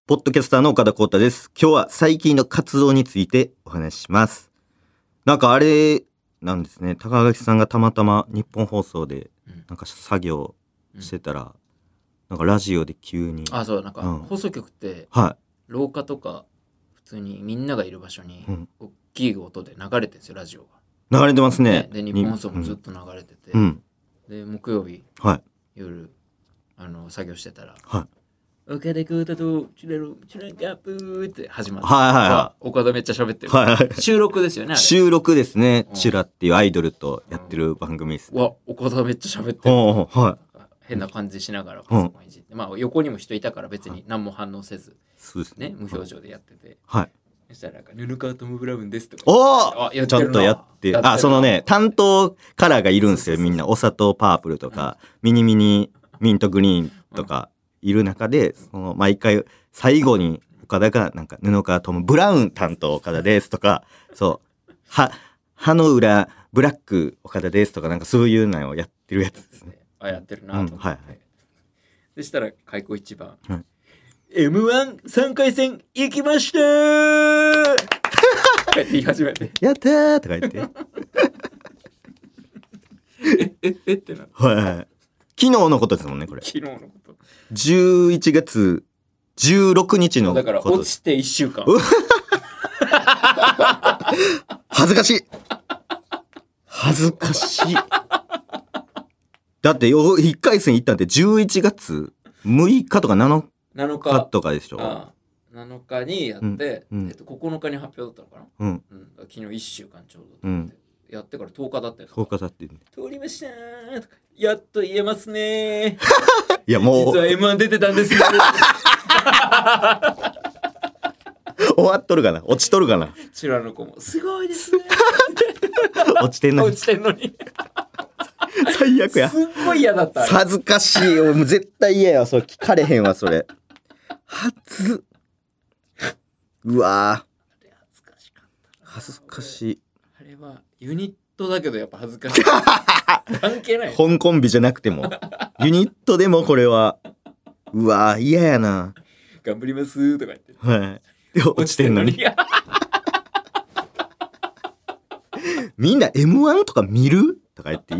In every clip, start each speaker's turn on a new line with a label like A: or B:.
A: ポッドキャスターの岡田光太です。今日は最近の活動についてお話しします。なんかあれなんですね。高垣さんがたまたま日本放送でなんか作業してたら、なんかラジオで急に。
B: そうなんか放送局って
A: は
B: 廊下とか普通にみんながいる場所に大きい音で流れてるんですよ、ラジオが。
A: 流れてますね。
B: で日本放送もずっと流れてて、で木曜日、夜作業してたら。岡田光太とチュランカップって始まって、岡田めっちゃ喋ってる、収録ですよね。
A: 収録ですね。チュラっていうアイドルとやってる番組です、
B: ね。岡田めっちゃ喋ってる、変な感じしながらパソコンいじって、横にも人いたから別に何も反応せず、ね、無表情でやってて、そしたらなんかヌルカートムブラウンですとか
A: ちゃんとやってそのね、担当カラーがいるんですよ。みんなお砂糖パープルとか、ミニミントグリーンとかいる中で、その毎回最後に岡田がなんか布川トムブラウン担当岡田ですとか、そう歯の裏ブラック岡田ですとか、なんかそういうのをやってるやつですね。
B: やってるなと思って、そしたら開口一番、M1 3回戦行きましたーって言い始めて
A: やったーとか言って
B: ってな、
A: 昨日のことですもんね、これ。
B: 昨日のこと。
A: 11月16日のこと。
B: だから落ちて1週間。
A: 恥ずかしい。恥ずかしい。だって1回戦行ったんで11月6日とか7日とかでしょ。
B: 7日にやって、9日に発表だったのかな。昨日1週間ちょうど。やってから10日だったよ。
A: 10日だって。
B: 通りましたーとか、やっと言えますねー。
A: いやもう
B: 実は M1 出てたんですよ。
A: 終わっとるかな、落ちとるかな。
B: チュラの子もすごいですね。
A: 落ちてんのに。
B: 落ちてんのに。
A: 最悪や。
B: すっごい嫌だった。
A: 恥ずかしい。もう絶対嫌や。それ聞かれへんわそれ。うわー。恥ずかしい。
B: あれはユニットだけどやっぱ恥ずかしい。関係ない。
A: 本コンビじゃなくてもユニットでもこれはうわー嫌やな。
B: 頑張りますとか言って。
A: 落ちてんのに。みんな M1 とか見るとか言って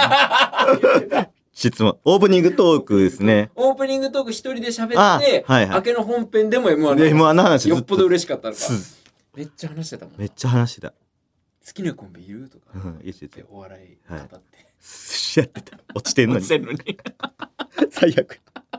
A: 質問。オープニングトークですね。
B: オープニングトーク一人で喋って、明けの本編でも M1
A: の話
B: よっぽど嬉しかったのか。めっちゃ話してたもん。
A: めっちゃ話してた。
B: 好きなコンビいるとか
A: 言ってて、
B: お笑い語って、
A: やってた。落ちてんのに。最悪。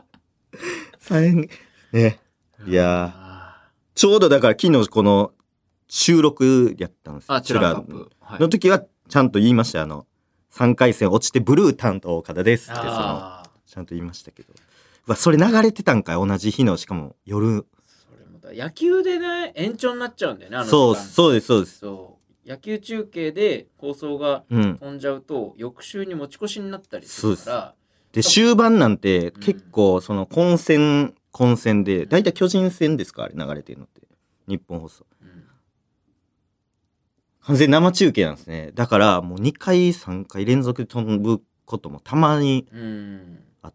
A: ね。いやちょうどだから昨日この収録やったんですよ。
B: チュラカップ
A: の時はちゃんと言いました。3回戦落ちてブルー担当岡田ですってちゃんと言いましたけど、それ流れてたんかい、同じ日のしかも夜。
B: それも野球でね延長になっちゃうんだよね、
A: そうです。
B: 野球中継で放送が飛んじゃうと、翌週に持ち越しになったりするから。
A: で終盤なんて結構その混戦で、だいたい巨人戦ですか、あれ流れてるのって日本放送、完全生中継なんですね。だからもう2回3回連続で飛ぶこともたまにあって、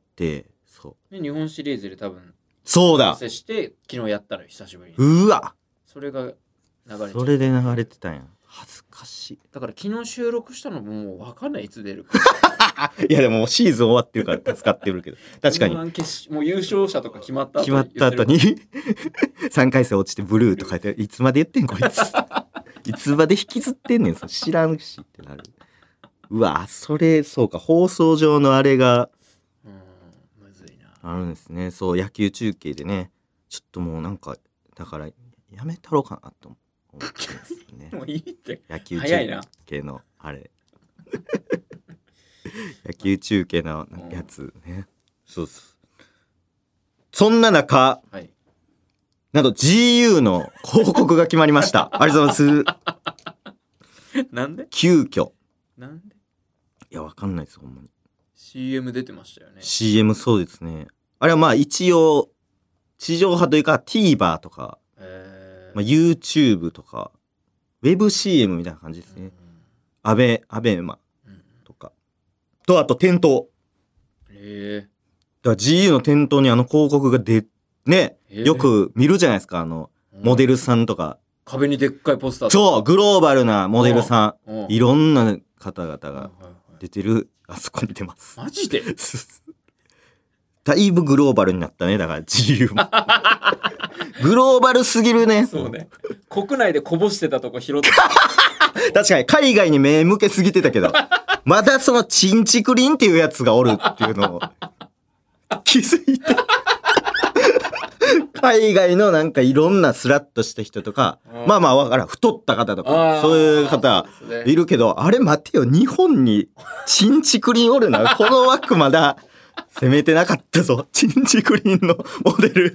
B: で日本シリーズで多分
A: そうだ
B: 接して昨日やったら久しぶりに。
A: うわ、
B: それが流れて、
A: それで流れてたんや。恥ずかしい。
B: だから昨日収録したのももう分かんない、いつ出るか。
A: いやでもシーズン終わってるから助かってるけど、確かに
B: もう優勝者とか決まった後
A: に3回戦落ちてブルーとか言って、いつまで言ってんこいついつまで引きずってんねん、知らんしってなる。うわ、それそうか、放送上のあれが
B: むずいな、
A: あるんですね。そう、野球中継でね、ちょっともうなんかだからやめたろうかなと思ってますね。
B: もういいって、
A: 野球中継のあれ野球中継のやつね。そうっす。そんな中、なんと GU の広告が決まりました。ありがとうございます。
B: なんで？
A: 急遽。
B: なんで？
A: いや、わかんないです、ほんまに。
B: CM 出てましたよね。
A: CM そうですね。あれはまあ一応地上波というか TVer とか、YouTube とか WebCM みたいな感じですね。アベマとかと、あと店頭。だから GU の店頭に広告が出ね、よく見るじゃないですか、モデルさんとか。
B: 壁にでっかいポスター。
A: そう、グローバルなモデルさん。いろんな方々が出てる、あそこに出ます。
B: マジで
A: だいぶグローバルになったね、だから自由も。グローバルすぎるね。
B: そうね。国内でこぼしてたとこ拾って
A: 確かに海外に目向けすぎてたけど、まだそのチンチクリンっていうやつがおるっていうのを気づいて。海外のなんかいろんなスラッとした人とか、まあまあわからん、太った方とか、そういう方いるけど、あれ待てよ、日本にチンチクリンおるな。この枠まだ攻めてなかったぞ。チンチクリンのモデル。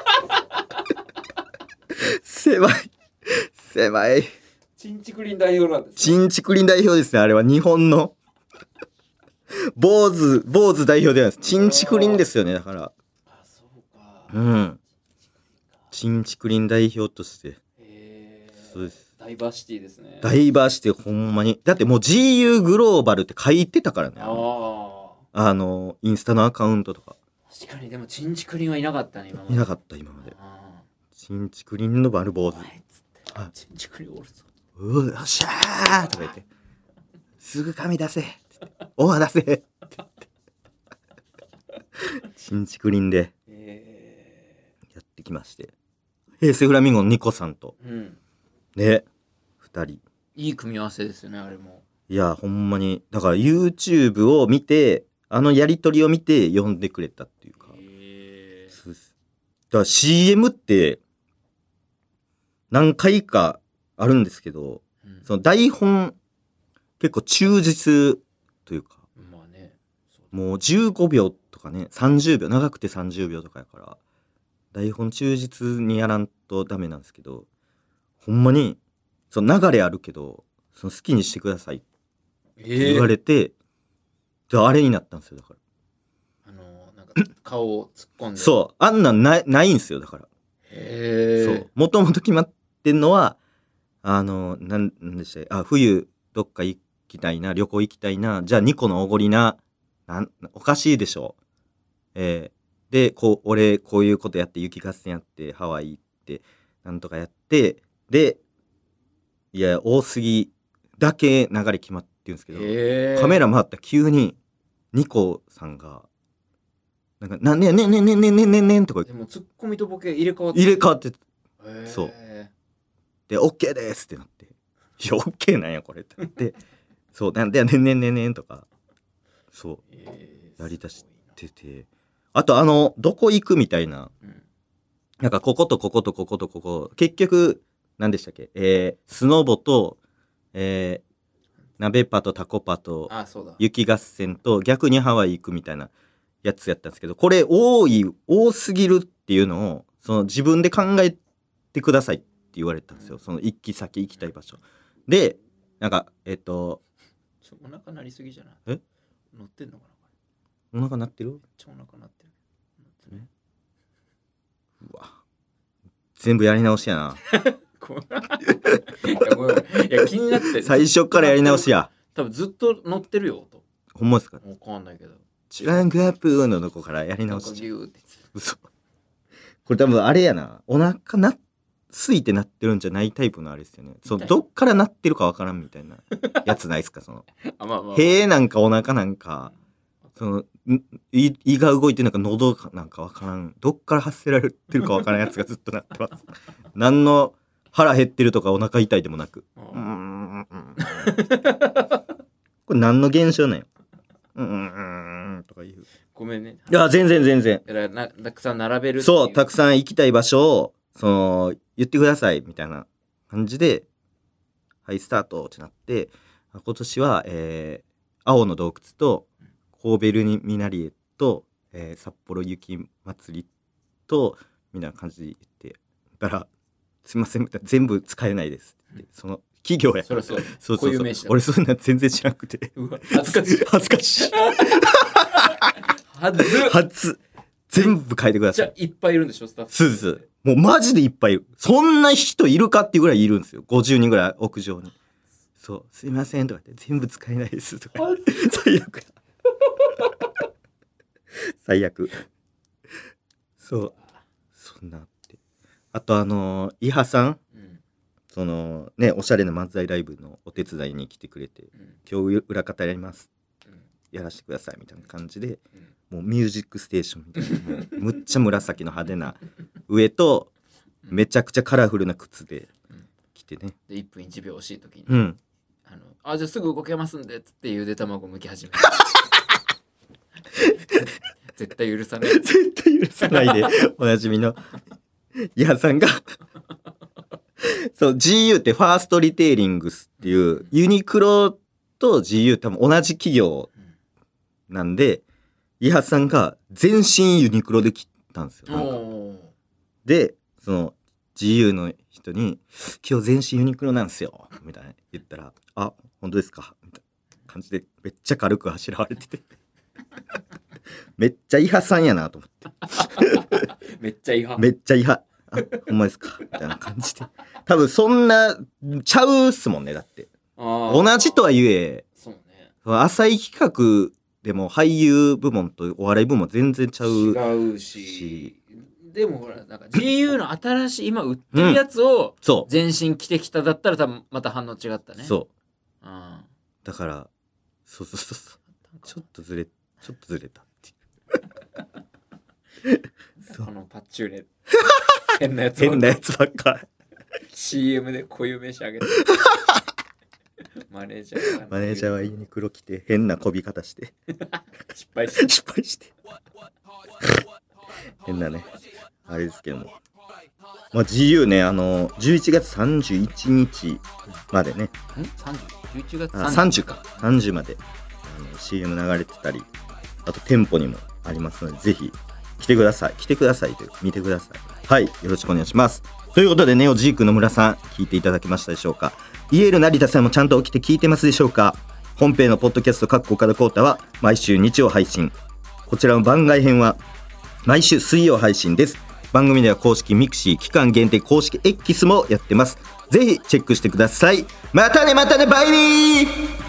A: 狭い。狭い。
B: チンチクリン代表なんです、ね。
A: チンチクリン代表ですね。あれは日本の坊主代表ではないです。チンチクリンですよね。だから。
B: あ、そうか。
A: うん。チンチクリン代表として。そうです。
B: ダイバーシティですね。
A: ダイバーシティほんまに。だってもう GU グローバルって書いてたからね。インスタのアカウントとか。
B: 確かに、でもチンチクリンはいなかったね、今まで。
A: いなかった、今まで。チンチクリンの丸坊主。
B: チンチクリンおるぞ。
A: よっしゃーとか言って。すぐ髪出せ。オファー出せ。って言って。チンチクリンで。やってきまして。平成フラミンゴのニコさんと。ね。2人。
B: いい組み合わせですよね、あれも。
A: いや、ほんまに。だから YouTube を見て、やりとりを見て呼んでくれたっていうか。だから CM って、何回かあるんですけど、その台本、結構忠実というか、
B: まあね、
A: もう15秒とかね、30秒、長くて30秒とかやから、台本忠実にやらんとダメなんですけど、ほんまに、その流れあるけど、その好きにしてくださいって言われて、あれになったんですよ、だから。
B: なんか顔を突っ込んで。
A: そう、あんなんないんですよ、だから。そう、もともと決まってんのは、なんでしたっけ、冬どっか行きたいな、旅行行きたいな、じゃあ2個のおごりな、おかしいでしょ。で、俺こういうことやって、雪合戦やって、ハワイ行って、なんとかやって、で、いや、多すぎだけ流れ決まってるんですけど、カメラ回ったら急に、ニコさんが、なんか、ねんとか言って。
B: でもツッコミとボケ入れ替わ
A: ってた。そう。で、OK ですってなって。いや、OK なんや、これってなって。そう、なんでねんとか、そう、やりだしてて。あと、どこ行くみたいな。なんか、こことこことこことここ。結局、何でしたっけ、スノボと、鍋パとタコパと、雪合戦と、逆にハワイ行くみたいなやつやったんですけど、これ多すぎるっていうのを、その自分で考えてくださいって言われたんですよ。その行きたい場所。で、なんか、
B: お腹鳴りすぎじゃない？乗ってんのかな、こ
A: れ。お腹鳴ってる？
B: めっちゃお腹鳴ってる。
A: うわ。全部やり直しやな。
B: いや、気になって。
A: 最初からやり直しや。
B: 多分ずっと乗ってるよと。
A: ほんまですか？
B: わかんないけど。
A: チュランクアップのとこからやり直し。嘘。これ多分あれやな。お腹すいてなってるんじゃないタイプのあれですよね。どっからなってるかわからんみたいなやつないですか？塀なんかお腹なんか、胃が動いてなんか喉なんかわからん。どっから発せられてるかわからんやつがずっとなってます。何の腹減ってるとかお腹痛いでもなく。これ何の現象なんよ。とか言う。
B: ごめんね。
A: いや、全然。
B: たくさん並べる。
A: そう、たくさん行きたい場所を、言ってくださいみたいな感じで、はい、スタートってなって、今年は、青の洞窟と、神戸ルミナリエと、札幌雪祭りと、みたいな感じで言って、だから、すいません、全部使えないですって。その、企業や。
B: そう。
A: 俺そんな全然知らなくて。
B: 恥ずかしい。
A: 初。全部書いてください。
B: じゃあいっぱいいるんでしょ、スタッフ。
A: そう。もうマジでいっぱいいる。そんな人いるかっていうぐらいいるんですよ。50人ぐらい屋上に。そう、すいませんとか言って全部使えないですとか。最悪。最悪。そう。 そんなって。あと伊波さん、そのねおしゃれな漫才ライブのお手伝いに来てくれて、今日裏方やります、やらせてくださいみたいな感じで、もうミュージックステーションみたいなむっちゃ紫の派手な上とめちゃくちゃカラフルな靴で来てね、
B: で1分1秒惜しい時に、じゃあすぐ動けますんでっつってゆで卵剥き始めた絶対許さない
A: 絶対許さないでおなじみの伊波さんがそう GU ってファーストリテイリングスっていうユニクロと GU 多分同じ企業なんで、伊波さんが全身ユニクロで来たんですよ。でその GU の人に今日全身ユニクロなんですよみたいな言ったら、あ本当ですかみたいな感じでめっちゃ軽く走られててめっちゃ伊波さんやなと思って
B: めっちゃ伊波
A: めっちゃ伊波、あほんまですかみたいな感じで、多分そんなちゃうっすもんね。だって同じとはいえ、
B: そうね、
A: 浅い企画でも俳優部門とお笑い部門全然ちゃう
B: 違うし、でもほらなんか GU の新しい今売ってるやつを全身着てきただったら多分また反応違ったね。
A: そう、だからそうちょっとずれたって
B: いうこのパッチューレ変なや
A: つばっか
B: CM でこういう飯あげてマネージャ
A: ーはユニクロ着て変なこび方して
B: 失敗して
A: 変なねあれですけども、GU ね11月31日までね
B: 11月
A: 30までCM 流れてたり、あと店舗にもありますのでぜひ来てくださいと見てください。はい、よろしくお願いします。ということでネオジークの村さん聞いていただけましたでしょうか。イエール成田さんもちゃんと起きて聞いてますでしょうか。本編のポッドキャスト岡田浩太は毎週日曜配信、こちらの番外編は毎週水曜配信です。番組では公式ミクシー期間限定公式 X もやってます。ぜひチェックしてください。またねバイビー。